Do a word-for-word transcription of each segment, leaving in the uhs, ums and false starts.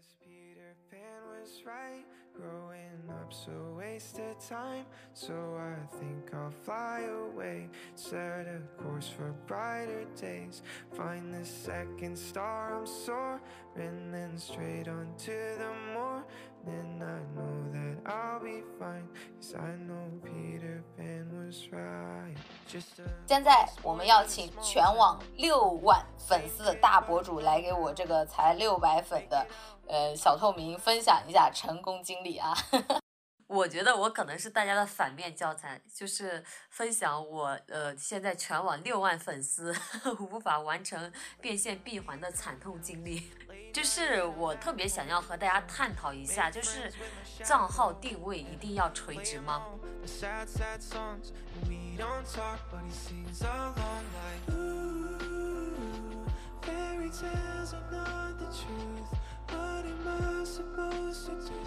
Peter Pan was right, growing up's a waste of time. So I think I'll fly away, set a course for brighter days. Find the second star, I'm soaring, then straight on to the morning. I know that I'll be fine, cause I know Peter Pan was right. Just a 现在我们要请全网六万粉丝的大博主来给我这个才六百粉的呃小透明分享一下成功经历啊。 我觉得我可能是大家的反面教材，就是分享我呃现在全网六万粉丝无法完成变现闭环的惨痛经历。就是我特别想要和大家探讨一下，就是账号定位一定要垂直吗？ sad, sad songs, and we don't talk, but he sings along like ooh, fairy tales are not the truth. What am I supposed to do?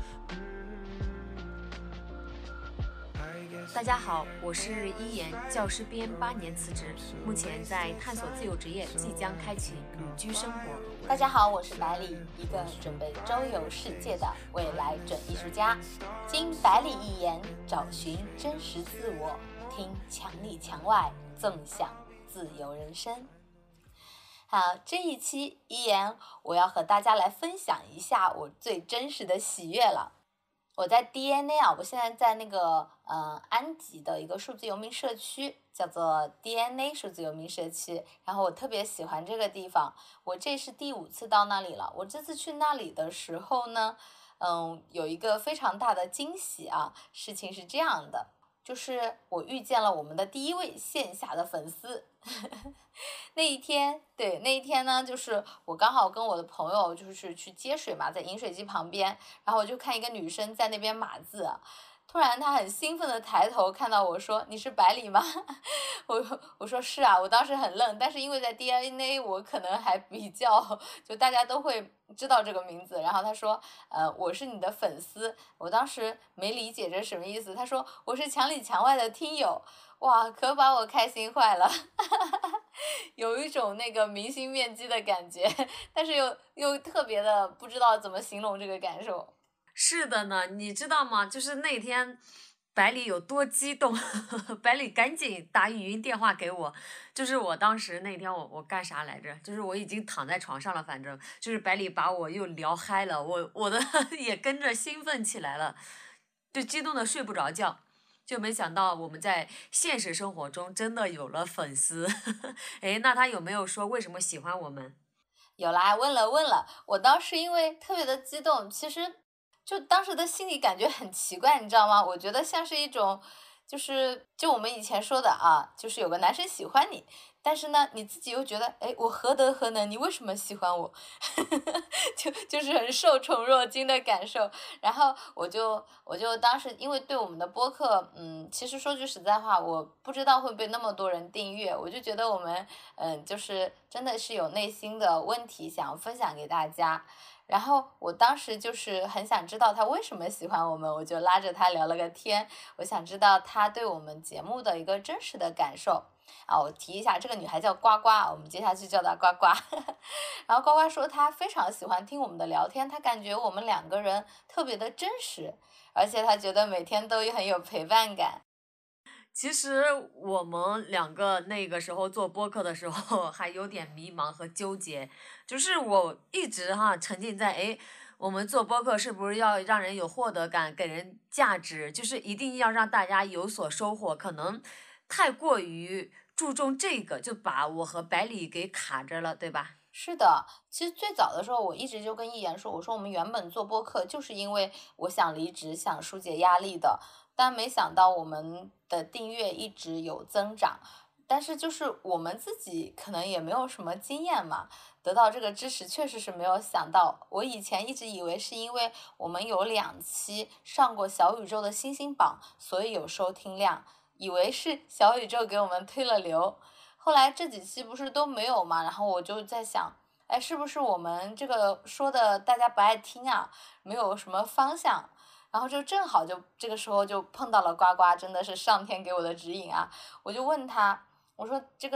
Mm, 大家好，我是一言，教师编八年辞职，目前在探索自由职业，即将开启旅居生活。 大家好，我是百里，一个准备周游世界的未来准艺术家。经百里一言，找寻真实自我，听墙里墙外，纵享自由人生。好，这一期一言，我要和大家来分享一下我最真实的喜悦了。我在 D N A 啊，我现在在那个呃安吉的一个数字游民社区，叫做 D N A 数字游民社区，然后我特别喜欢这个地方，我这是第五次到那里了。我这次去那里的时候呢，嗯，有一个非常大的惊喜啊，事情是这样的，就是我遇见了我们的第一位线下的粉丝。那一天，对，那一天呢，就是我刚好跟我的朋友就是去接水嘛，在饮水机旁边，然后我就看一个女生在那边码字，突然她很兴奋的抬头看到我说：“你是百里吗？”我我说是啊，我当时很愣，但是因为在 D N A 我可能还比较就大家都会知道这个名字，然后他说呃我是你的粉丝，我当时没理解这什么意思，他说我是墙里墙外的听友，哇，可把我开心坏了。有一种那个明星面基的感觉，但是又又特别的不知道怎么形容这个感受。 是的呢，你知道吗？就是那天百里有多激动，百里赶紧打语音电话给我。就是我当时那天我我干啥来着？就是我已经躺在床上了，反正就是百里把我又聊嗨了，我我的也跟着兴奋起来了，就激动的睡不着觉。就没想到我们在现实生活中真的有了粉丝。诶，那他有没有说为什么喜欢我们？ 有啦，问了问了，我当时因为特别的激动，其实就当时的心理感觉很奇怪，你知道吗？我觉得像是一种就是就我们以前说的啊，就是有个男生喜欢你，但是呢你自己又觉得哎，我何德何能，你为什么喜欢我？就就是很受宠若惊的感受。然后我就我就当时因为对我们的播客嗯其实说句实在话，我不知道会被那么多人订阅，我就觉得我们嗯就是真的是有内心的问题想要分享给大家。然后我当时就是很想知道他为什么喜欢我们，我就拉着他聊了个天，我想知道他对我们节目的一个真实的感受啊。我提一下，这个女孩叫呱呱，我们接下去叫她呱呱。然后呱呱说她非常喜欢听我们的聊天，她感觉我们两个人特别的真实，而且她觉得每天都很有陪伴感。 其实我们两个那个时候做播客的时候还有点迷茫和纠结，就是我一直哈沉浸在诶我们做播客是不是要让人有获得感，给人价值，就是一定要让大家有所收获，可能太过于注重这个，就把我和百里给卡着了，对吧？ 是的，其实最早的时候我一直就跟一言说，我说我们原本做播客就是因为我想离职，想疏解压力的，但没想到我们的订阅一直有增长，但是就是我们自己可能也没有什么经验嘛，得到这个支持确实是没有想到。我以前一直以为是因为我们有两期上过小宇宙的星星榜，所以有收听量，以为是小宇宙给我们推了流。后来这几期不是都没有嘛，然后我就在想，哎，是不是我们这个说的大家不爱听啊，没有什么方向。然后就正好就这个时候就碰到了呱呱，真的是上天给我的指引啊。我就问他，我说这个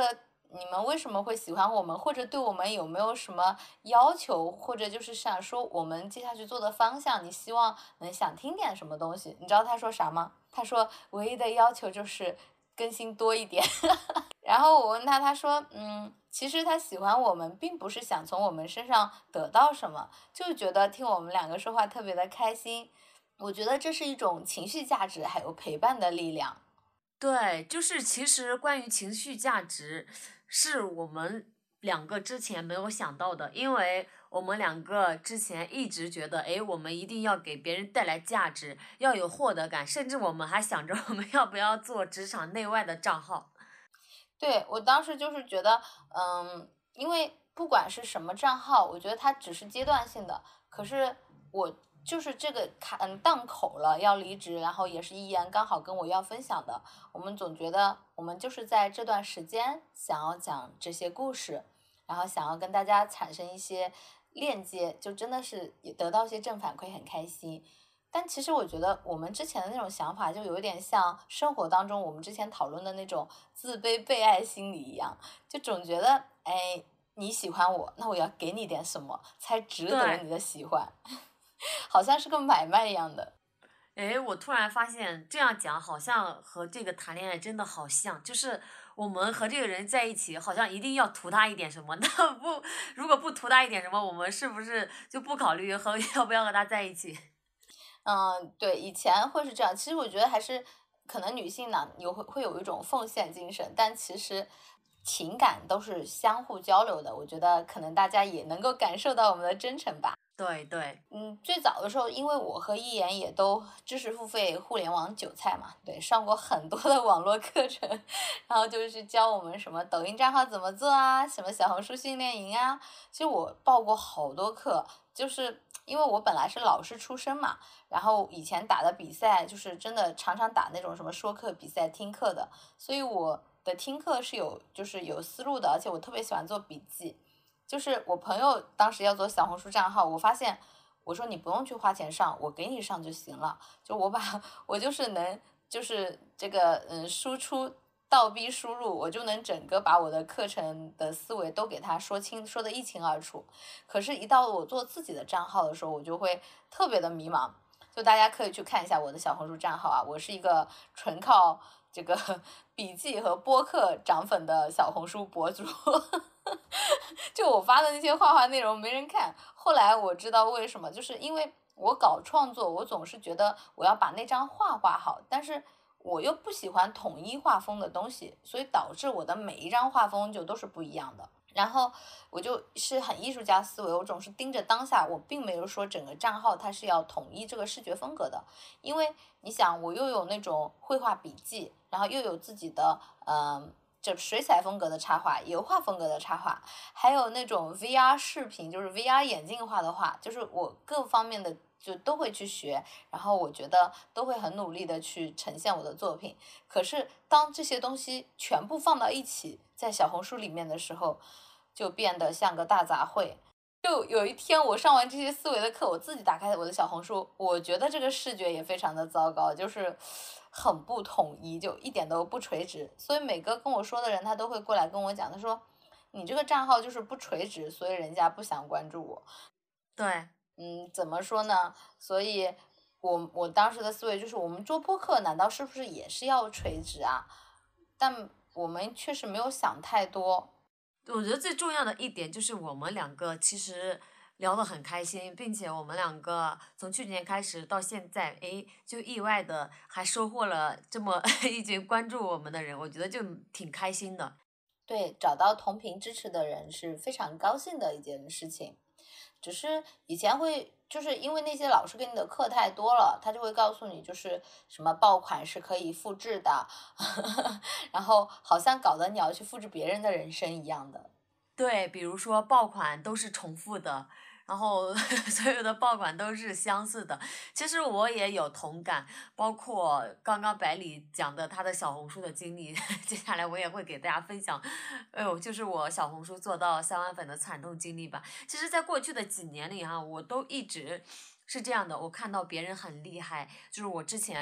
你们为什么会喜欢我们，或者对我们有没有什么要求，或者就是想说我们接下去做的方向，你希望能想听点什么东西？你知道他说啥吗？他说唯一的要求就是更新多一点。然后我问他，他说嗯，其实他喜欢我们并不是想从我们身上得到什么，就是觉得听我们两个说话特别的开心。我觉得这是一种情绪价值还有陪伴的力量。 对，就是其实关于情绪价值，是我们两个之前没有想到的，因为我们两个之前一直觉得，哎，我们一定要给别人带来价值，要有获得感，甚至我们还想着我们要不要做职场内外的账号。 对，我当时就是觉得，嗯，因为不管是什么账号，我觉得它只是阶段性的，可是我就是这个卡嗯档口了，要离职，然后也是一言刚好跟我要分享的，我们总觉得我们就是在这段时间想要讲这些故事，然后想要跟大家产生一些链接，就真的是也得到一些正反馈，很开心。但其实我觉得我们之前的那种想法就有点像生活当中我们之前讨论的那种自卑被爱心理一样，就总觉得哎，你喜欢我，那我要给你点什么才值得你的喜欢，好像是个买卖一样的。 哎，我突然发现这样讲好像和这个谈恋爱真的好像，就是我们和这个人在一起，好像一定要图他一点什么。那不，如果不图他一点什么，我们是不是就不考虑和要不要和他在一起？ 嗯，对，以前会是这样。其实我觉得还是可能女性呢有会会有一种奉献精神，但其实情感都是相互交流的。我觉得可能大家也能够感受到我们的真诚吧。 对对， 嗯，最早的时候，因为我和一言也都知识付费互联网韭菜嘛，对，上过很多的网络课程，然后就是教我们什么抖音账号怎么做啊，什么小红书训练营啊。其实我报过好多课，就是因为我本来是老师出身嘛，然后以前打的比赛就是真的常常打那种什么说课比赛、听课的，所以我的听课是有就是有思路的，而且我特别喜欢做笔记。就是我朋友当时要做小红书账号，我发现我说你不用去花钱上，我给你上就行了。就我把我就是能就是这个嗯输出倒逼输入，我就能整个把我的课程的思维都给他说清，说得一清二楚。可是，一到我做自己的账号的时候，我就会特别的迷茫。就大家可以去看一下我的小红书账号啊，我是一个纯靠这个笔记和播客涨粉的小红书博主。就我发的那些画画内容没人看，后来我知道为什么，就是因为我搞创作，我总是觉得我要把那张画画好，但是我又不喜欢统一画风的东西，所以导致我的每一张画风就都是不一样的。然后我就是很艺术家思维，我总是盯着当下，我并没有说整个账号它是要统一这个视觉风格的，因为你想我又有那种绘画笔记，然后又有自己的嗯。就水彩风格的插画，油画风格的插画，还有那种 V R 视频，就是 V R 眼镜画的画，就是我各方面的就都会去学，然后我觉得都会很努力的去呈现我的作品。可是当这些东西全部放到一起，在小红书里面的时候，就变得像个大杂烩。就有一天我上完这些思维的课，我自己打开我的小红书，我觉得这个视觉也非常的糟糕，就是很不统一，就一点都不垂直。所以每个跟我说的人，他都会过来跟我讲，他说你这个账号就是不垂直，所以人家不想关注我。 对， 嗯，怎么说呢？所以我我当时的思维就是，我们做播客难道是不是也是要垂直啊？但我们确实没有想太多。 我觉得最重要的一点就是我们两个其实聊得很开心，并且我们两个从去年开始到现在，哎，就意外的还收获了这么一群关注我们的人，我觉得就挺开心的。 对，找到同频支持的人是非常高兴的一件事情。只是以前会就是因为那些老师给你的课太多了，他就会告诉你就是什么爆款是可以复制的，然后好像搞得你要去复制别人的人生一样的。 对，比如说爆款都是重复的，然后所有的爆款都是相似的。其实我也有同感，包括刚刚百里讲的他的小红书的经历，接下来我也会给大家分享。哎呦，就是我小红书做到三万粉的惨痛经历吧。其实，在过去的几年里哈，我都一直是这样的，我看到别人很厉害，就是我之前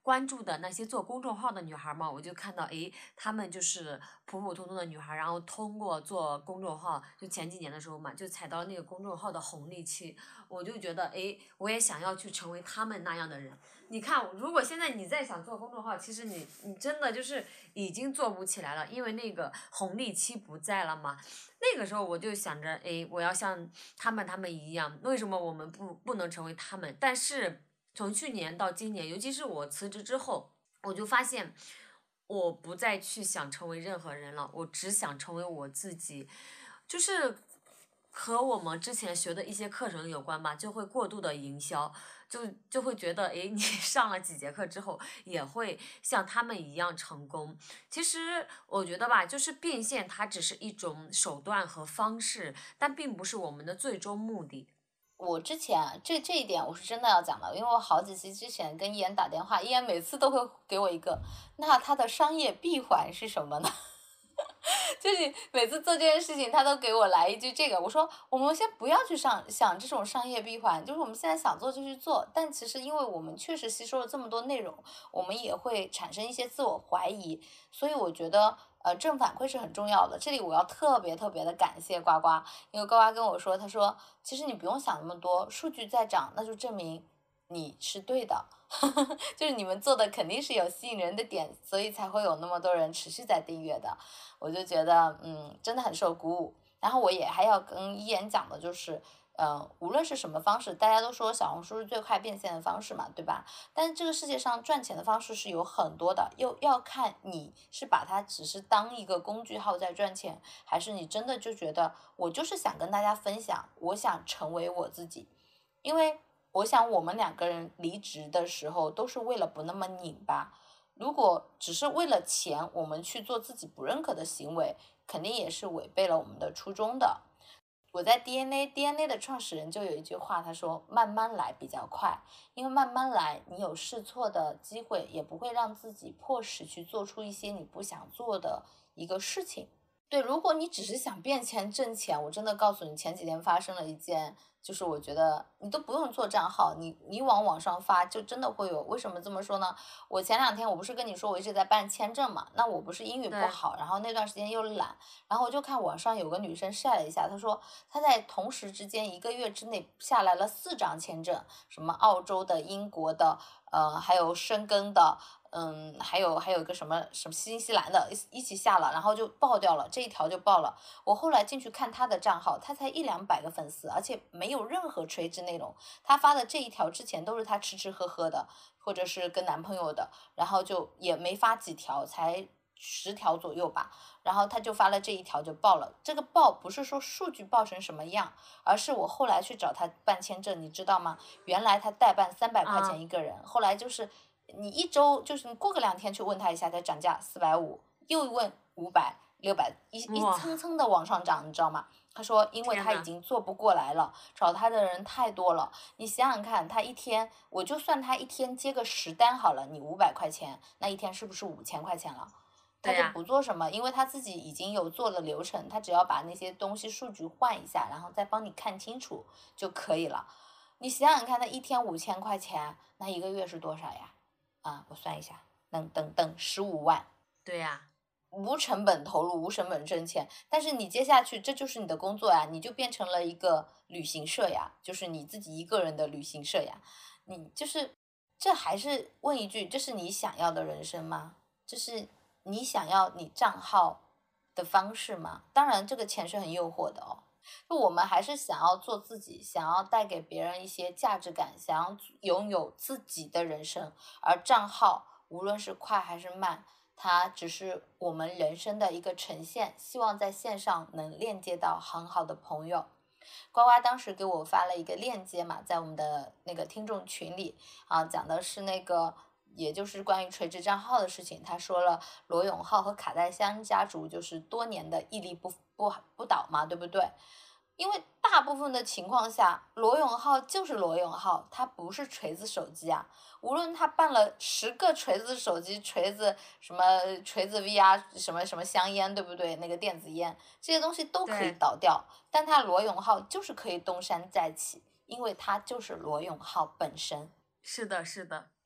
关注的那些做公众号的女孩嘛，我就看到诶，她们就是普普通通的女孩，然后通过做公众号，就前几年的时候嘛，就踩到那个公众号的红利期，我就觉得诶，我也想要去成为她们那样的人。你看，如果现在你再想做公众号，其实你你真的就是已经做不起来了，因为那个红利期不在了嘛。那个时候我就想着，诶，我要像他们他们一样，为什么我们不不能成为他们？但是从去年到今年，尤其是我辞职之后，我就发现我不再去想成为任何人了，我只想成为我自己，就是和我们之前学的一些课程有关吧，就会过度的营销，就就会觉得，诶，你上了几节课之后，也会像他们一样成功。其实我觉得吧，就是变现，它只是一种手段和方式，但并不是我们的最终目的。 我之前啊，这这一点我是真的要讲的，因为我好几期之前跟伊言打电话，伊言每次都会给我一个，那他的商业闭环是什么呢？就是每次做这件事情，他都给我来一句这个。我说我们先不要去上想这种商业闭环，就是我们现在想做就去做。但其实因为我们确实吸收了这么多内容，我们也会产生一些自我怀疑，所以我觉得呃正反馈是很重要的。这里我要特别特别的感谢呱呱，因为呱呱跟我说，他说其实你不用想那么多，数据在涨，那就证明你是对的。就是你们做的肯定是有吸引人的点，所以才会有那么多人持续在订阅的。我就觉得嗯真的很受鼓舞。然后我也还要跟伊言讲的就是呃，无论是什么方式，大家都说小红书是最快变现的方式嘛，对吧？但是这个世界上赚钱的方式是有很多的，又要看你是把它只是当一个工具号在赚钱，还是你真的就觉得我就是想跟大家分享，我想成为我自己。因为我想我们两个人离职的时候都是为了不那么拧巴，如果只是为了钱，我们去做自己不认可的行为，肯定也是违背了我们的初衷的。我在 D N A D N A 的创始人就有一句话，他说慢慢来比较快，因为慢慢来你有试错的机会，也不会让自己迫使去做出一些你不想做的一个事情。对，如果你只是想变钱挣钱，我真的告诉你，前几天发生了一件，就是我觉得你都不用做账号，你你往网上发就真的会有。为什么这么说呢？我前两天我不是跟你说我一直在办签证嘛，那我不是英语不好，然后那段时间又懒，然后我就看网上有个女生晒了一下，她说她在同时之间一个月之内下来了四张签证，什么澳洲的、英国的，呃，还有申根的。嗯，还有还有一个什么什么新西兰的一起下了，然后就爆掉了，这一条就爆了。我后来进去看他的账号，他才一两百个粉丝，而且没有任何垂直内容。他发的这一条之前都是他吃吃喝喝的，或者是跟男朋友的，然后就也没发几条，才十条左右吧。然后他就发了这一条就爆了。这个爆不是说数据爆成什么样，而是我后来去找他办签证，你知道吗？原来他代办三百块钱一个人，后来就是。你一周就是你过个两天去问他一下，才涨价四百五，又问五百、六百，一一蹭蹭的往上涨，你知道吗？他说，因为他已经做不过来了，找他的人太多了。你想想看，他一天，我就算他一天接个十单好了，你五百块钱，那一天是不是五千块钱了？他就不做什么，因为他自己已经有做了流程，他只要把那些东西数据换一下，然后再帮你看清楚就可以了。你想想看，他一天五千块钱，那一个月是多少呀？啊，我算一下，能等等十五万。 对呀、啊， 无成本投入，无成本挣钱。但是你接下去，这就是你的工作呀，你就变成了一个旅行社呀，就是你自己一个人的旅行社呀。你就是这还是问一句，这是你想要的人生吗？这是你想要你账号的方式吗？当然，这个钱是很诱惑的哦。就我们还是想要做自己，想要带给别人一些价值感，想要拥有自己的人生，而账号无论是快还是慢，它只是我们人生的一个呈现，希望在线上能链接到很好的朋友。呱呱当时给我发了一个链接嘛，在我们的那个听众群里啊，讲的是那个也就是关于垂直账号的事情。他说了罗永浩和卡戴珊家族就是多年的屹立不不不倒嘛，对不对？因为大部分的情况下，罗永浩就是罗永浩，他不是锤子手机啊。无论他办了十个锤子手机，锤子什么锤子 V R 什么什么香烟，对不对？那个电子烟这些东西都可以倒掉，但他罗永浩就是可以东山再起，因为他就是罗永浩本身。 是的，是的。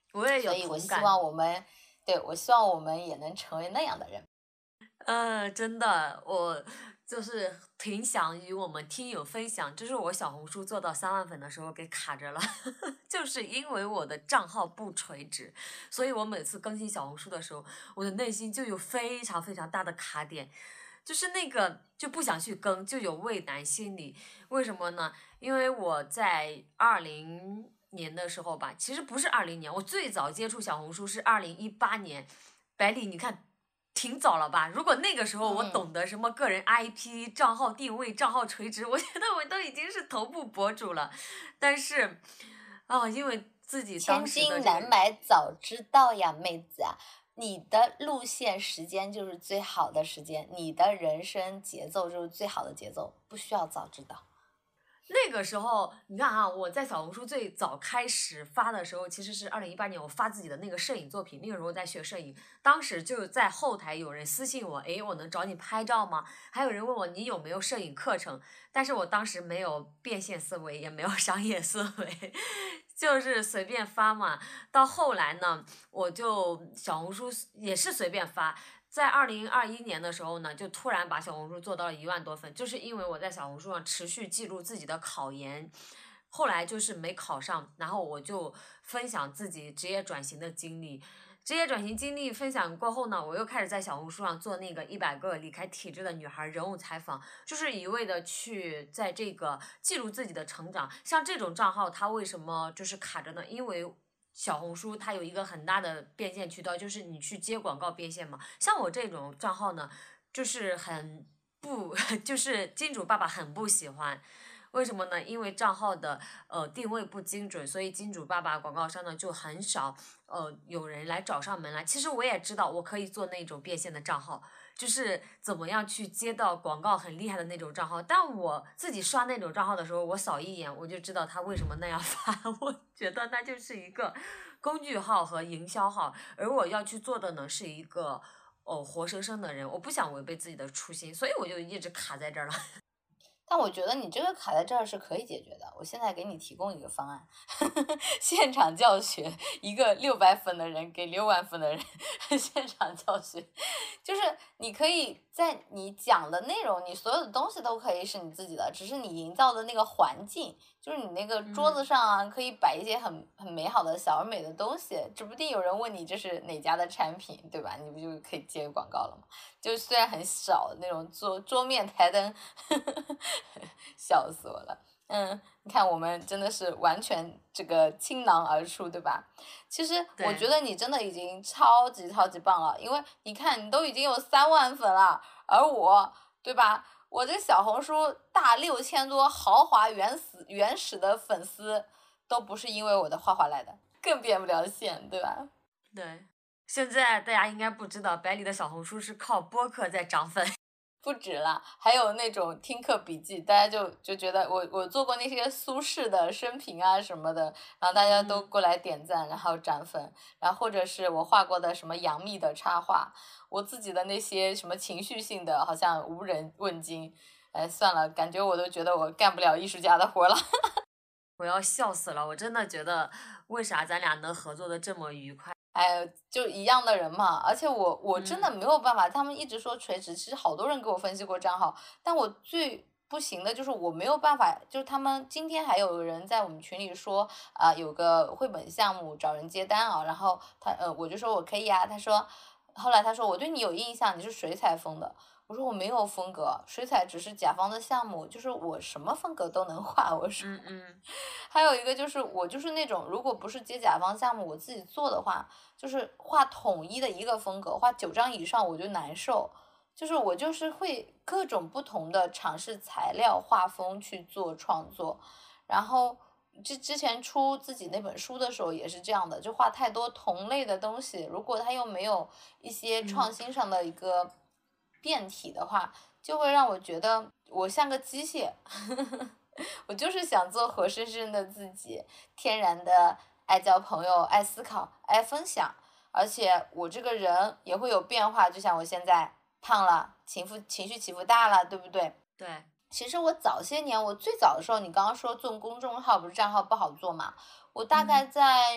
我也有所以我希同感。 望我们，对，我希望我们也能成为那样的人。 呃，真的，我就是挺想与我们听友分享，就是我小红书做到三万粉的时候给卡着了，就是因为我的账号不垂直，所以我每次更新小红书的时候，我的内心就有非常非常大的卡点，就是那个就不想去更，就有畏难心理。为什么呢？因为我在二零年的时候吧，其实不是二零年，我最早接触小红书是二零一八年。百里，你看。挺早了吧？如果那个时候我懂得什么个人 I P、嗯、账号定位、账号垂直，我觉得我都已经是头部博主了。但是，啊、哦，因为自己当时的、这个、 千金难买早知道呀，妹子啊！你的路线时间就是最好的时间，你的人生节奏就是最好的节奏，不需要早知道。 那个时候，你看啊，我在小红书最早开始发的时候，其实是二零一八年，我发自己的那个摄影作品。那个时候在学摄影，当时就在后台有人私信我，诶，我能找你拍照吗？还有人问我你有没有摄影课程，但是我当时没有变现思维，也没有商业思维，就是随便发嘛。到后来呢，我就小红书也是随便发。在二零二一年的时候呢，就突然把小红书做到了一万多粉，就是因为我在小红书上持续记录自己的考研，后来就是没考上，然后我就分享自己职业转型的经历。职业转型经历分享过后呢，我又开始在小红书上做那个一百个离开体制的女孩人物采访，就是一味的去在这个记录自己的成长。像这种账号，它为什么就是卡着呢？因为小红书它有一个很大的变现渠道，就是你去接广告变现嘛。像我这种账号呢，就是很不，就是金主爸爸很不喜欢。为什么呢？因为账号的呃定位不精准，所以金主爸爸广告商呢就很少呃有人来找上门来。其实我也知道，我可以做那种变现的账号，就是怎么样去接到广告很厉害的那种账号。但我自己刷那种账号的时候，我扫一眼我就知道他为什么那样发，我觉得那就是一个工具号和营销号，而我要去做的呢是一个哦活生生的人，我不想违背自己的初心，所以我就一直卡在这儿了。 但我觉得你这个卡在这儿是可以解决的，我现在给你提供一个方案，现场教学，一个六百粉的人给六万粉的人现场教学，就是你可以在你讲的内容，你所有的东西都可以是你自己的，只是你营造的那个环境，就是你那个桌子上啊，可以摆一些很很美好的小而美的东西，指不定有人问你这是哪家的产品，对吧？你不就可以接广告了吗？就虽然很少那种桌桌面台灯，笑死我了。嗯，你看我们真的是完全这个倾囊而出，对吧？其实我觉得你真的已经超级超级棒了，因为你看你都已经有三万粉了，而我，对吧？我这小红书大六千多豪华原始原始的粉丝，都不是因为我的画画来的，更变不了线，对吧？ 对。现在大家应该不知道，百里的小红书是靠播客在涨粉， 不止了，还有那种听课笔记，大家就就觉得我我做过那些苏轼的生平啊什么的，然后大家都过来点赞，然后涨粉，然后或者是我画过的什么杨幂的插画，我自己的那些什么情绪性的，好像无人问津，哎，算了，感觉我都觉得我干不了艺术家的活了。 我要笑死了，我真的觉得为啥咱俩能合作的这么愉快？ 哎，就一样的人嘛，而且我我真的没有办法，嗯、他们一直说垂直，其实好多人给我分析过账号，但我最不行的就是我没有办法，就是他们今天还有人在我们群里说啊、呃，有个绘本项目找人接单啊，然后他呃我就说我可以啊，他说后来他说我对你有印象，你是水彩风的。我说我没有风格，水彩只是甲方的项目，就是我什么风格都能画。我说， 嗯嗯， 还有一个就是我就是那种，如果不是接甲方项目，我自己做的话，就是画统一的一个风格，画九张以上我就难受。就是我就是会各种不同的尝试材料、画风去做创作，然后之之前出自己那本书的时候也是这样的，就画太多同类的东西，如果它又没有一些创新上的一个变体的话，就会让我觉得我像个机械。我就是想做活生生的自己，天然的爱交朋友、爱思考、爱分享，而且我这个人也会有变化，就像我现在胖了，情绪情绪起伏大了，对不对？ 对。 其实我早些年，我最早的时候，你刚刚说做公众号不是账号不好做嘛？我大概在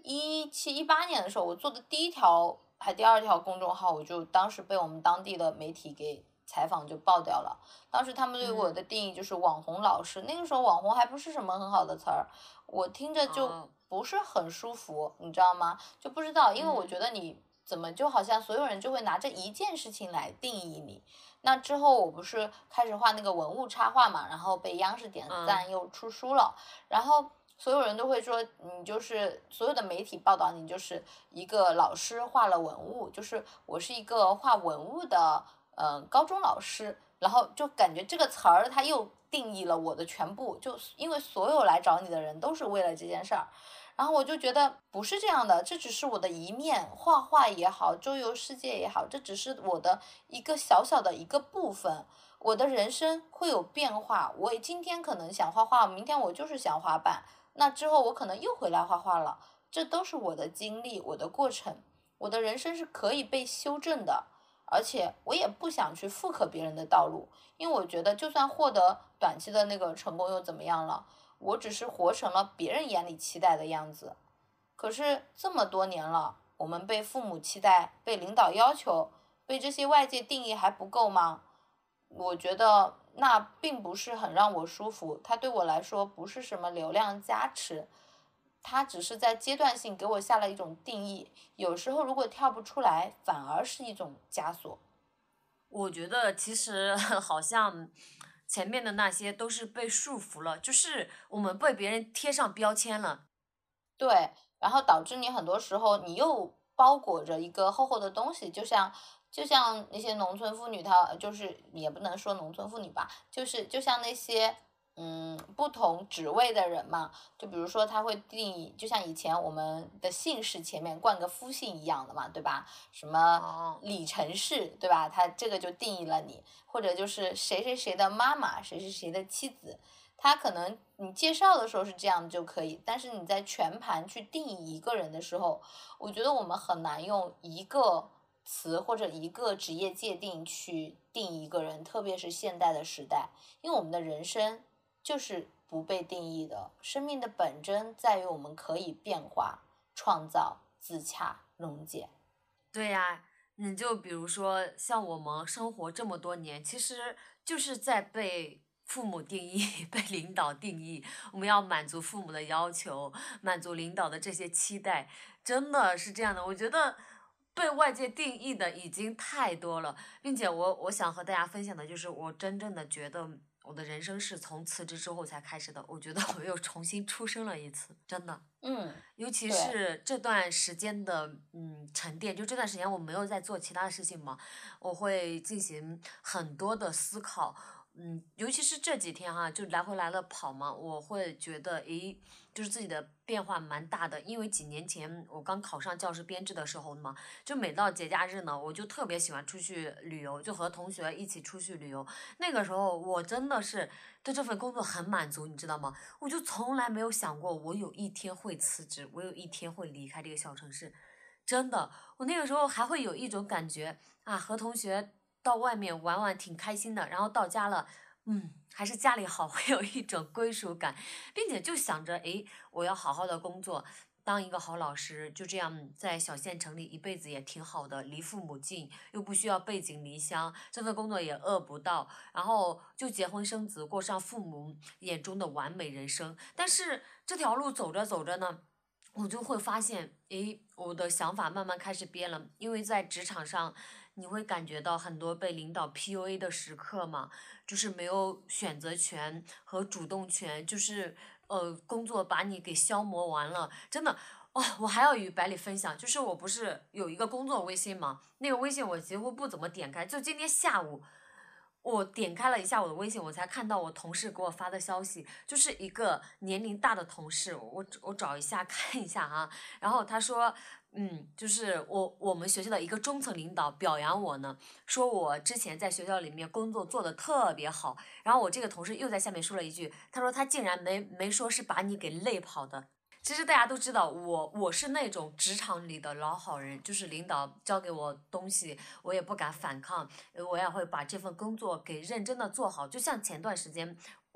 一七一八年的时候，我做的第一条还第二条公众号，我就当时被我们当地的媒体给采访就爆掉了。当时他们对我的定义就是网红老师，嗯、那个时候网红还不是什么很好的词儿，我听着就不是很舒服，哦、你知道吗？就不知道，因为我觉得你怎么就好像所有人就会拿这一件事情来定义你。那之后我不是开始画那个文物插画嘛，然后被央视点赞又出书了，嗯、然后所有人都会说你就是所有的媒体报道你就是一个老师画了文物，就是我是一个画文物的嗯、呃、高中老师，然后就感觉这个词儿它又定义了我的全部，就因为所有来找你的人都是为了这件事儿。然后我就觉得不是这样的，这只是我的一面，画画也好，周游世界也好，这只是我的一个小小的一个部分。我的人生会有变化，我今天可能想画画，明天我就是想滑板，那之后我可能又回来画画了，这都是我的经历，我的过程。我的人生是可以被修正的，而且我也不想去复刻别人的道路，因为我觉得就算获得短期的那个成功又怎么样了，我只是活成了别人眼里期待的样子。可是这么多年了，我们被父母期待，被领导要求，被这些外界定义还不够吗？我觉得那并不是很让我舒服，它对我来说不是什么流量加持，它只是在阶段性给我下了一种定义，有时候如果跳不出来，反而是一种枷锁。 我觉得其实好像前面的那些都是被束缚了，就是我们被别人贴上标签了。 对，然后导致你很多时候你又包裹着一个厚厚的东西，就像就像那些农村妇女，她就是也不能说农村妇女吧，就是就像那些嗯不同职位的人嘛，就比如说他会定义，就像以前我们的姓氏前面冠个夫姓一样的嘛，对吧？什么李陈氏，对吧？他这个就定义了你，或者就是谁谁谁的妈妈，谁谁谁的妻子。他可能你介绍的时候是这样就可以，但是你在全盘去定义一个人的时候，我觉得我们很难用一个词或者一个职业界定去定义一个人，特别是现代的时代，因为我们的人生就是不被定义的，生命的本真在于我们可以变化、创造、自洽、溶解。 对呀，你就比如说像我们生活这么多年，其实就是在被父母定义，被领导定义，我们要满足父母的要求，满足领导的这些期待，真的是这样的。我觉得被外界定义的已经太多了，并且我我想和大家分享的就是，我真正的觉得我的人生是从辞职之后才开始的。我觉得我又重新出生了一次，真的。 嗯， 尤其是这段时间的嗯沉淀，就这段时间我没有在做其他的事情嘛，我会进行很多的思考。嗯，尤其是这几天哈、啊，就来回来了跑嘛，我会觉得，诶，就是自己的变化蛮大的。因为几年前我刚考上教师编制的时候嘛，就每到节假日呢，我就特别喜欢出去旅游，就和同学一起出去旅游。那个时候我真的是对这份工作很满足，你知道吗？我就从来没有想过我有一天会辞职，我有一天会离开这个小城市。真的，我那个时候还会有一种感觉啊，和同学到外面玩玩挺开心的，然后到家了，嗯，还是家里好，会有一种归属感，并且就想着，诶，我要好好的工作，当一个好老师，就这样在小县城里一辈子也挺好的，离父母近，又不需要背井离乡，这份工作也饿不到，然后就结婚生子，过上父母眼中的完美人生。但是这条路走着走着呢，我就会发现，诶，我的想法慢慢开始变了，因为在职场上，你会感觉到很多被领导 P U A 的时刻嘛，就是没有选择权和主动权，就是呃，工作把你给消磨完了，真的。哦，我还要与百里分享，就是我不是有一个工作微信吗？那个微信我几乎不怎么点开，就今天下午。我点开了一下我的微信，我才看到我同事给我发的消息，就是一个年龄大的同事，我我找一下看一下啊。然后他说，嗯，就是我我们学校的一个中层领导表扬我呢，说我之前在学校里面工作做得特别好。然后我这个同事又在下面说了一句，他说他竟然没没说是把你给累跑的。其实大家都知道，我我是那种职场里的老好人，就是领导交给我东西，我也不敢反抗，我也会把这份工作给认真的做好。就像前段时间，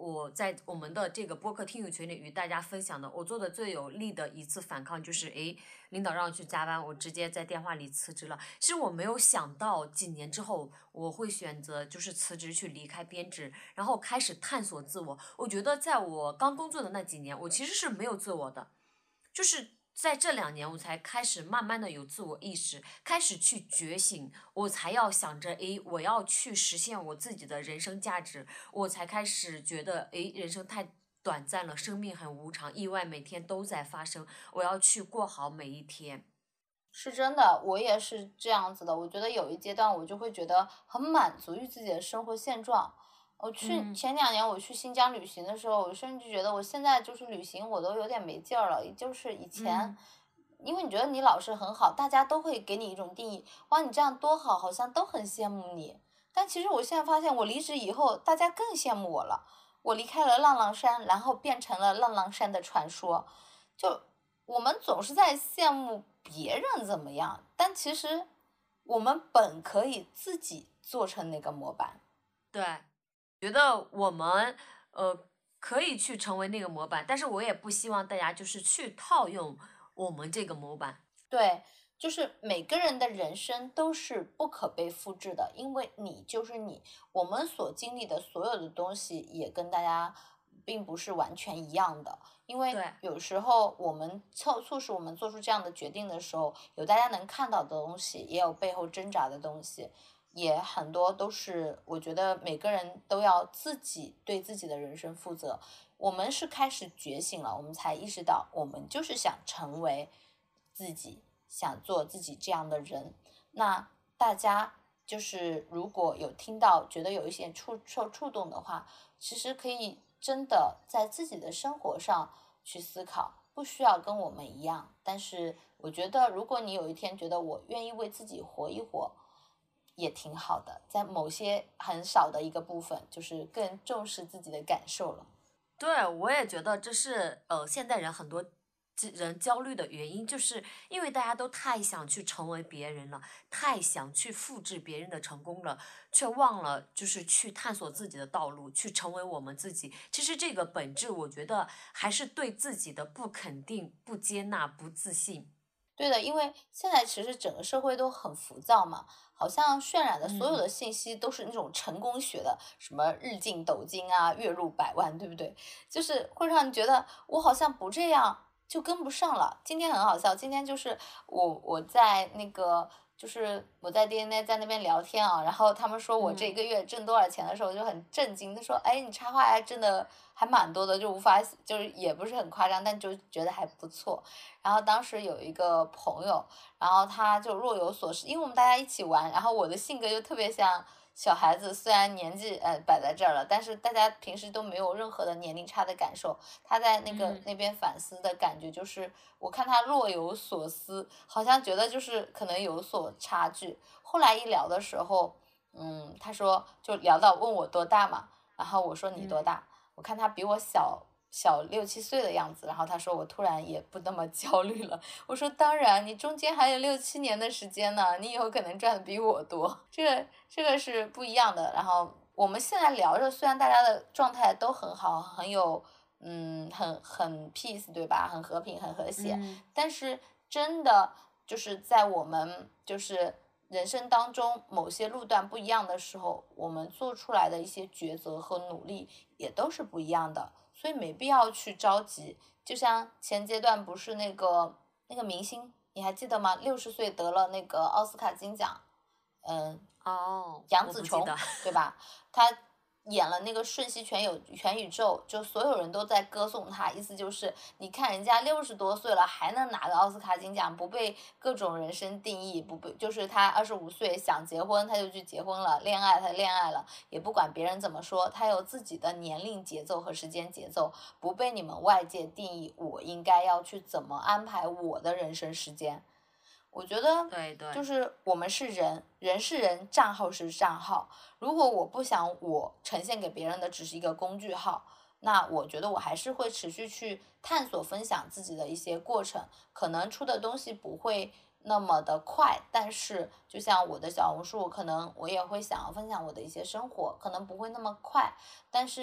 我在我们的这个播客听友群里与大家分享的，我做的最有力的一次反抗就是，诶，领导让我去加班，我直接在电话里辞职了。其实我没有想到几年之后我会选择就是辞职去离开编制，然后开始探索自我。我觉得在我刚工作的那几年，我其实是没有自我的，就是在这两年我才开始慢慢的有自我意识，开始去觉醒，我才要想着，诶，我要去实现我自己的人生价值，我才开始觉得，诶，人生太短暂了，生命很无常，意外每天都在发生，我要去过好每一天。 是真的，我也是这样子的。我觉得有一阶段我就会觉得很满足于自己的生活现状。我去嗯前两年我去新疆旅行的时候，我甚至觉得我现在就是旅行我都有点没劲儿了。就是以前， 嗯因为你觉得你老是很好，大家都会给你一种定义，哇，你这样多好，好像都很羡慕你。但其实我现在发现，我离职以后，大家更羡慕我了。我离开了浪浪山，然后变成了浪浪山的传说。就我们总是在羡慕别人怎么样，但其实我们本可以自己做成那个模板。 对，觉得我们呃可以去成为那个模板，但是我也不希望大家就是去套用我们这个模板。 对，就是每个人的人生都是不可被复制的，因为你就是你，我们所经历的所有的东西也跟大家并不是完全一样的。因为对有时候我们促促使我们做出这样的决定的时候，有大家能看到的东西，也有背后挣扎的东西，也很多都是我觉得每个人都要自己对自己的人生负责。我们是开始觉醒了，我们才意识到我们就是想成为自己，想做自己这样的人。那大家就是如果有听到觉得有一些触受触动的话，其实可以真的在自己的生活上去思考，不需要跟我们一样。但是我觉得如果你有一天觉得我愿意为自己活一活，也挺好的，在某些很少的一个部分，就是更重视自己的感受了。 对，我也觉得这是呃现代人很多这人焦虑的原因，就是因为大家都太想去成为别人了，太想去复制别人的成功了，却忘了就是去探索自己的道路，去成为我们自己。其实这个本质，我觉得还是对自己的不肯定、不接纳、不自信。 对的，因为现在其实整个社会都很浮躁嘛，好像渲染的所有嗯， 的信息都是那种成功学的，什么日进斗金啊，月入百万，对不对？就是会让你觉得我好像不这样就跟不上了。今天很好笑，今天就是我我在那个就是我在 D N A 在那边聊天啊，然后他们说我这嗯个月挣多少钱的时候，我就很震惊。他说：“哎，你插画还真的还蛮多的，就无法就是也不是很夸张，但就觉得还不错。”然后当时有一个朋友，然后他就若有所思，因为我们大家一起玩，然后我的性格又特别像小孩子，虽然年纪呃摆在这儿了，但是大家平时都没有任何的年龄差的感受。他在那个、 嗯那边反思的感觉就是，我看他若有所思，好像觉得就是可能有所差距。后来一聊的时候，嗯，他说就聊到问我多大嘛，然后我说你多嗯。 大？我看他比我小小六七岁的样子，然后他说我突然也不那么焦虑了。我说当然，你中间还有六七年的时间呢，你以后可能赚的比我多，这个这个是不一样的。然后我们现在聊着，虽然大家的状态都很好，很有嗯很很 peace 对吧？很和平，很和谐， 嗯但是真的就是在我们就是人生当中某些路段不一样的时候，我们做出来的一些抉择和努力也都是不一样的，所以没必要去着急。就像前阶段不是那个那个明星，你还记得吗？六十岁得了那个奥斯卡金奖，嗯， 哦， 杨紫琼我不记得。 对吧？她演了那个瞬息全有全宇宙，就所有人都在歌颂她，意思就是你看人家六十多岁了还能拿个奥斯卡金奖，不被各种人生定义，不被就是他二十五岁想结婚他就去结婚了，恋爱他恋爱了，也不管别人怎么说，他有自己的年龄节奏和时间节奏，不被你们外界定义，我应该要去怎么安排我的人生时间。我觉得对对。 就是我们是人，人是人，账号是账号。如果我不想我呈现给别人的只是一个工具号，那我觉得我还是会持续去探索分享自己的一些过程，可能出的东西不会那么的快，但是就像我的小红书，可能我也会想要分享我的一些生活，可能不会那么快，但是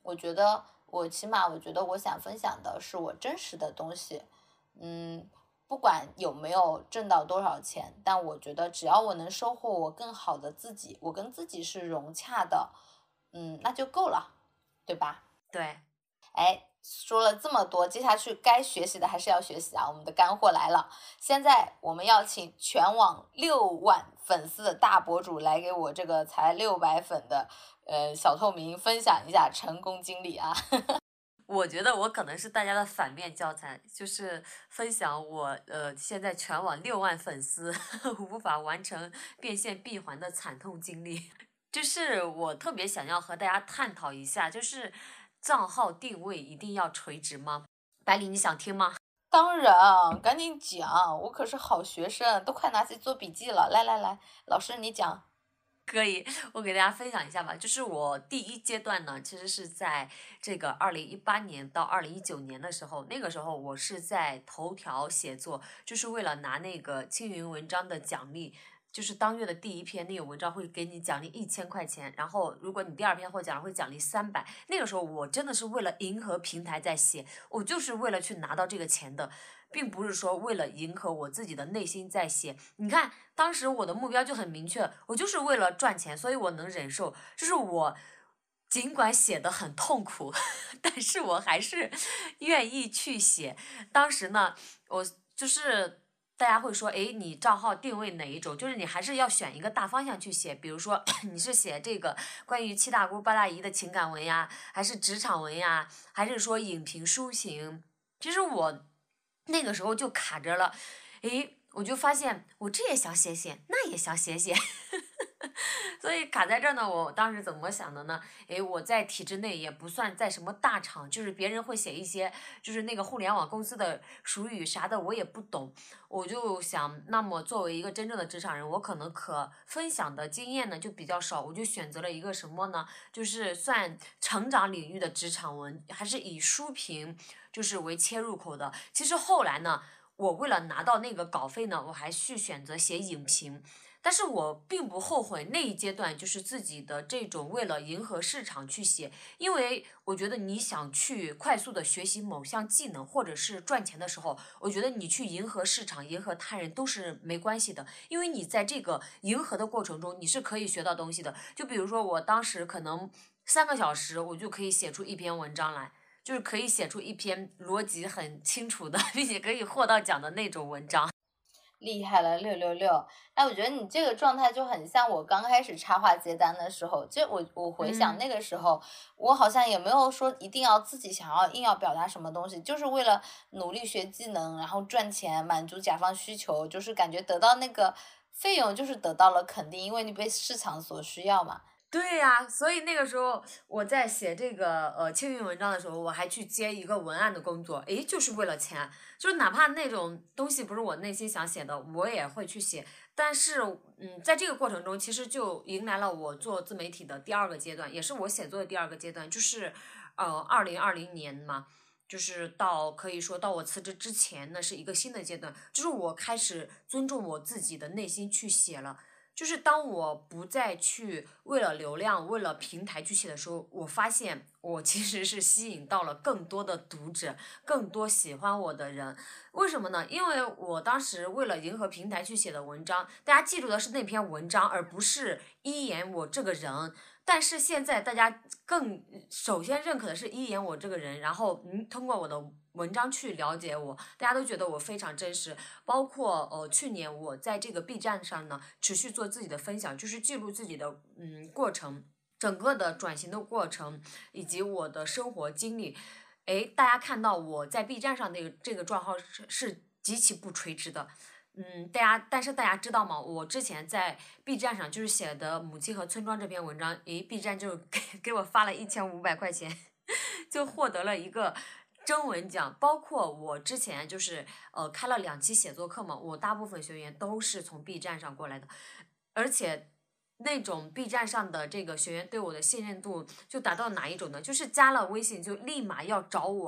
我觉得我起码我觉得我想分享的是我真实的东西，嗯，不管有没有挣到多少钱，但我觉得只要我能收获我更好的自己，我跟自己是融洽的，嗯，那就够了，对吧？ 对。 哎，说了这么多，接下去该学习的还是要学习啊！我们的干货来了，现在我们要请全网六万粉丝的大博主来给我这个才六百粉的呃小透明分享一下成功经历啊！ 我觉得我可能是大家的反面教材，就是分享我呃现在全网六万粉丝无法完成变现闭环的惨痛经历。就是我特别想要和大家探讨一下，就是账号定位一定要垂直吗？百里，你想听吗？ 当然，赶紧讲，我可是好学生，都快拿起做笔记了。来来来，老师你讲。 可以，我给大家分享一下吧。就是我第一阶段呢，其实是在这个二零一八年到二零一九年的时候，那个时候我是在头条写作，就是为了拿那个青云文章的奖励。就是当月的第一篇那个文章会给你奖励一千块钱，然后如果你第二篇获奖会奖励三百。那个时候我真的是为了迎合平台在写，我就是为了去拿到这个钱的，并不是说为了迎合我自己的内心在写。你看当时我的目标就很明确，我就是为了赚钱，所以我能忍受，就是我尽管写得很痛苦，但是我还是愿意去写。当时呢，我就是大家会说，哎，你账号定位哪一种？就是你还是要选一个大方向去写，比如说你是写这个关于七大姑八大姨的情感文呀，还是职场文呀，还是说影评抒情？其实我那个时候就卡着了，诶，我就发现我这也想写写，那也想写写。所以卡在这儿呢，我当时怎么想的呢？诶，我在体制内也不算在什么大厂，就是别人会写一些就是那个互联网公司的俗语啥的，我也不懂。我就想，那么作为一个真正的职场人，我可能可分享的经验呢就比较少，我就选择了一个什么呢？就是算成长领域的职场文，还是以书评就是为切入口的。其实后来呢，我为了拿到那个稿费呢，我还去选择写影评。但是我并不后悔那一阶段就是自己的这种为了迎合市场去写，因为我觉得你想去快速的学习某项技能或者是赚钱的时候，我觉得你去迎合市场、迎合他人都是没关系的，因为你在这个迎合的过程中，你是可以学到东西的。就比如说我当时可能三个小时，我就可以写出一篇文章来，就是可以写出一篇逻辑很清楚的，并且可以获到奖的那种文章。 厉害了，六六六！哎，我觉得你这个状态就很像我刚开始插画接单的时候，就我我回想那个时候，嗯、我好像也没有说一定要自己想要硬要表达什么东西，就是为了努力学技能，然后赚钱，满足甲方需求，就是感觉得到那个费用就是得到了肯定，因为你被市场所需要嘛。 对呀、啊，所以那个时候我在写这个呃青云文章的时候，我还去接一个文案的工作，诶，就是为了钱，就是哪怕那种东西不是我内心想写的，我也会去写。但是，嗯，在这个过程中，其实就迎来了我做自媒体的第二个阶段，也是我写作的第二个阶段，就是呃二零二零年嘛。就是到可以说到我辞职之前，那是一个新的阶段，就是我开始尊重我自己的内心去写了。就是当我不再去为了流量、为了平台去写的时候，我发现我其实是吸引到了更多的读者，更多喜欢我的人。为什么呢？因为我当时为了迎合平台去写的文章，大家记住的是那篇文章，而不是一言我这个人。但是现在大家更首先认可的是一言我这个人，然后嗯通过我的文章去了解我，大家都觉得我非常真实。包括呃去年我在这个 B 站上呢持续做自己的分享，就是记录自己的嗯过程，整个的转型的过程以及我的生活经历。诶，大家看到我在 B 站上那个这个账号是是极其不垂直的。嗯，大家，但是大家知道吗？我之前在 B 站上就是写的《母亲和村庄》这篇文章，诶 ，B 站就给给我发了一千五百块钱，就获得了一个征文奖。包括我之前就是呃开了两期写作课嘛，我大部分学员都是从 B 站上过来的，而且那种 B 站上的这个学员对我的信任度就达到哪一种呢？就是加了微信就立马要找我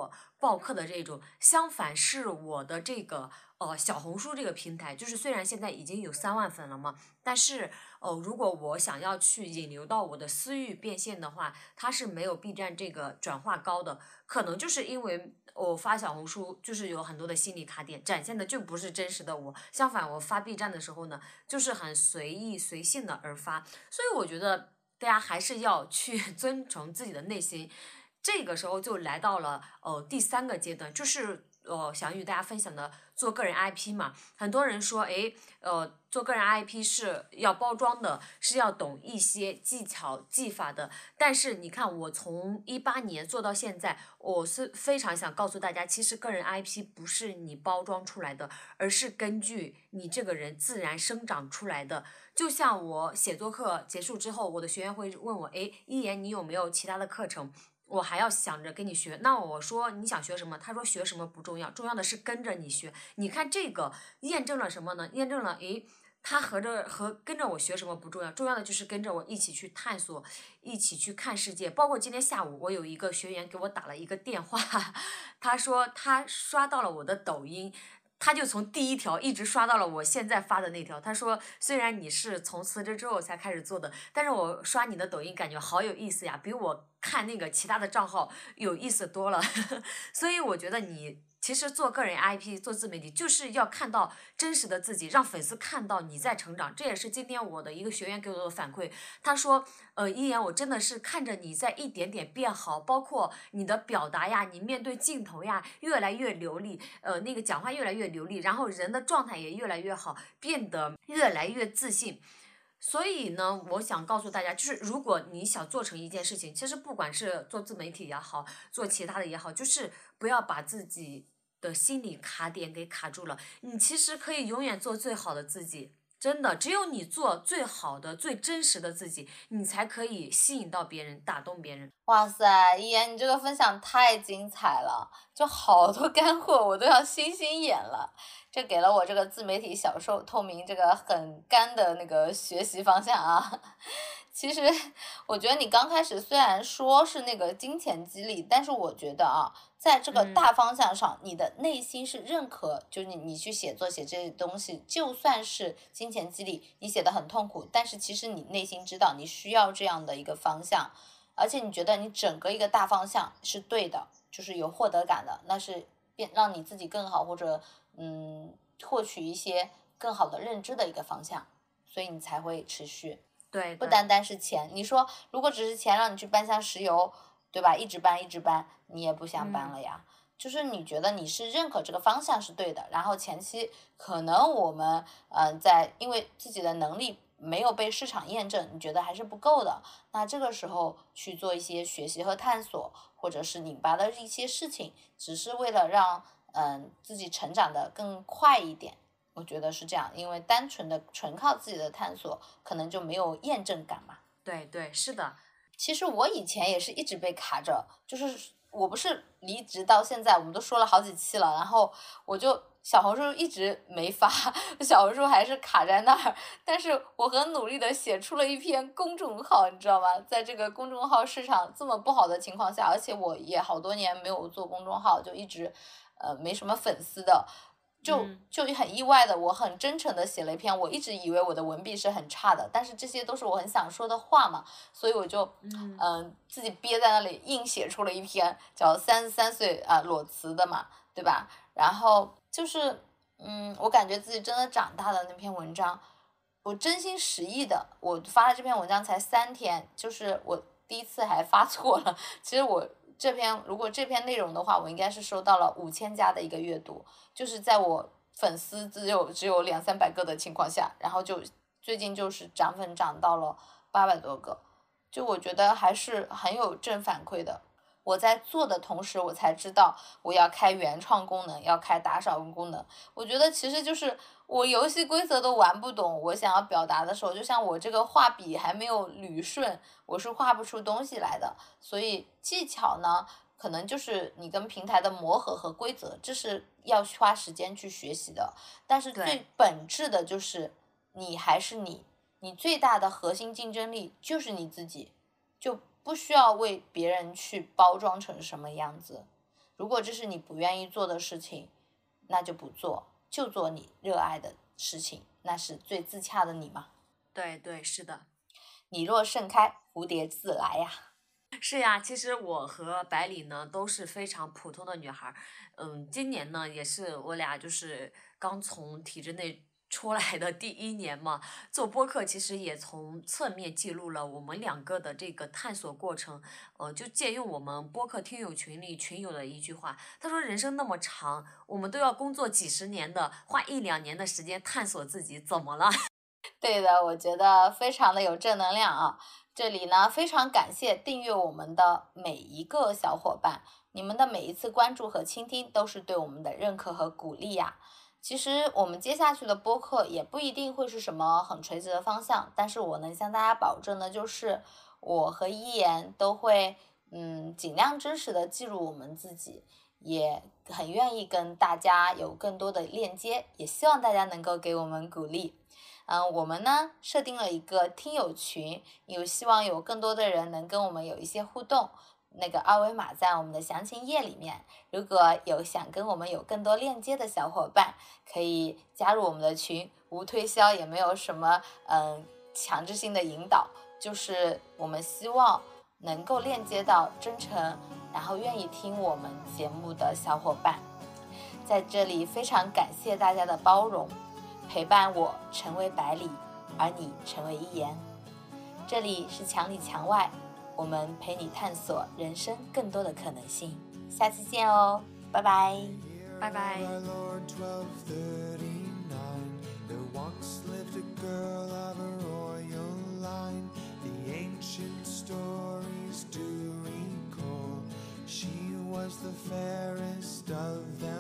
报课的这种，相反是我的这个呃小红书这个平台，就是虽然现在已经有三万粉了嘛，但是呃如果我想要去引流到我的私域变现的话，它是没有 B 站这个转化高的，可能就是因为我发小红书就是有很多的心理卡点，展现的就不是真实的我，相反我发 B 站的时候呢，就是很随意随性的而发，所以我觉得大家还是要去遵从自己的内心。这个时候就来到了呃第三个阶段，就是呃想与大家分享的做个人 I P 嘛。很多人说，哎，呃，做个人 I P 是要包装的，是要懂一些技巧技法的。但是你看，我从一八年做到现在，我是非常想告诉大家，其实个人 I P 不是你包装出来的，而是根据你这个人自然生长出来的。就像我写作课结束之后，我的学员会问我，哎，一言你有没有其他的课程？我还要想着跟你学，那我说你想学什么？他说学什么不重要，重要的是跟着你学。你看这个验证了什么呢？验证了，诶，他和着和跟着我学什么不重要，重要的就是跟着我一起去探索，一起去看世界。包括今天下午，我有一个学员给我打了一个电话，他说他刷到了我的抖音。他就从第一条一直刷到了我现在发的那条。他说，虽然你是从辞职之后才开始做的，但是我刷你的抖音感觉好有意思呀，比我看那个其他的账号有意思多了。所以我觉得你其实做个人 I P 做自媒体就是要看到真实的自己，让粉丝看到你在成长。这也是今天我的一个学员给我的反馈，他说呃一言我真的是看着你在一点点变好，包括你的表达呀，你面对镜头呀越来越流利，呃那个讲话越来越流利，然后人的状态也越来越好，变得越来越自信。所以呢，我想告诉大家，就是如果你想做成一件事情，其实不管是做自媒体也好，做其他的也好，就是不要把自己的心理卡点给卡住了。你其实可以永远做最好的自己，真的，只有你做最好的、最真实的自己，你才可以吸引到别人，打动别人。 哇塞，一言，你这个分享太精彩了，就好多干货我都要星星眼了。这给了我这个自媒体小受透明这个很干的那个学习方向啊。其实我觉得你刚开始虽然说是那个金钱激励，但是我觉得啊，在这个大方向上，嗯、你的内心是认可，就是你你去写作写这些东西，就算是金钱激励，你写的很痛苦，但是其实你内心知道你需要这样的一个方向，而且你觉得你整个一个大方向是对的，就是有获得感的，那是变让你自己更好，或者嗯获取一些更好的认知的一个方向，所以你才会持续。 对， 不单单是钱，你说如果只是钱让你去搬箱石油，对吧？一直搬一直搬，你也不想搬了呀。嗯、就是你觉得你是认可这个方向是对的，然后前期可能我们嗯、呃、在因为自己的能力没有被市场验证，你觉得还是不够的，那这个时候去做一些学习和探索，或者是拧巴的一些事情，只是为了让嗯、呃、自己成长的更快一点。我觉得是这样，因为单纯的纯靠自己的探索，可能就没有验证感嘛。 对对，是的。 其实我以前也是一直被卡着，就是我不是离职到现在，我们都说了好几期了，然后我就小红书一直没发，小红书还是卡在那儿。但是我很努力的写出了一篇公众号，你知道吗？在这个公众号市场这么不好的情况下，而且我也好多年没有做公众号，就一直呃没什么粉丝的。就就很意外的，我很真诚的写了一篇，我一直以为我的文笔是很差的，但是这些都是我很想说的话嘛，所以我就嗯、呃、自己憋在那里硬写出了一篇叫三十三岁啊裸辞的嘛，对吧？然后就是嗯，我感觉自己真的长大了。那篇文章我真心实意的，我发了这篇文章才三天，就是我第一次还发错了，其实我这篇如果这篇内容的话，我应该是收到了五千加的一个阅读，就是在我粉丝只有只有两三百个的情况下，然后就最近就是涨粉涨到了八百多个，就我觉得还是很有正反馈的。我在做的同时，我才知道我要开原创功能，要开打赏功能。我觉得其实就是我游戏规则都玩不懂，我想要表达的时候，就像我这个画笔还没有捋顺，我是画不出东西来的。所以技巧呢，可能就是你跟平台的磨合和规则，这是要花时间去学习的。但是最本质的就是你还是你，你最大的核心竞争力就是你自己，就不需要为别人去包装成什么样子。 如果这是你不愿意做的事情，那就不做，就做你热爱的事情，那是最自洽的你嘛。 对对，是的。 你若盛开，蝴蝶自来呀。 是呀，其实我和百里呢都是非常普通的女孩，嗯，今年呢也是我俩就是刚从体制内出来的第一年嘛，做播客其实也从侧面记录了我们两个的这个探索过程。呃，就借用我们播客听友群里群友的一句话，他说人生那么长，我们都要工作几十年的，花一两年的时间探索自己，怎么了？ 对的，我觉得非常的有正能量啊。这里呢，非常感谢订阅我们的每一个小伙伴，你们的每一次关注和倾听都是对我们的认可和鼓励呀。其实我们接下去的播客也不一定会是什么很垂直的方向，但是我能向大家保证的就是我和一言都会嗯尽量真实的记录我们自己，也很愿意跟大家有更多的链接，也希望大家能够给我们鼓励。嗯，我们呢设定了一个听友群，有希望有更多的人能跟我们有一些互动。那个二维码在我们的详情页里面，如果有想跟我们有更多链接的小伙伴，可以加入我们的群，无推销，也没有什么嗯强制性的引导，就是我们希望能够链接到真诚，然后愿意听我们节目的小伙伴。在这里非常感谢大家的包容。陪伴我成为百里，而你成为一言。这里是墙里墙外，我们陪你探索人生更多的可能性。下期见哦，拜拜， 拜拜。 She was the fairest of them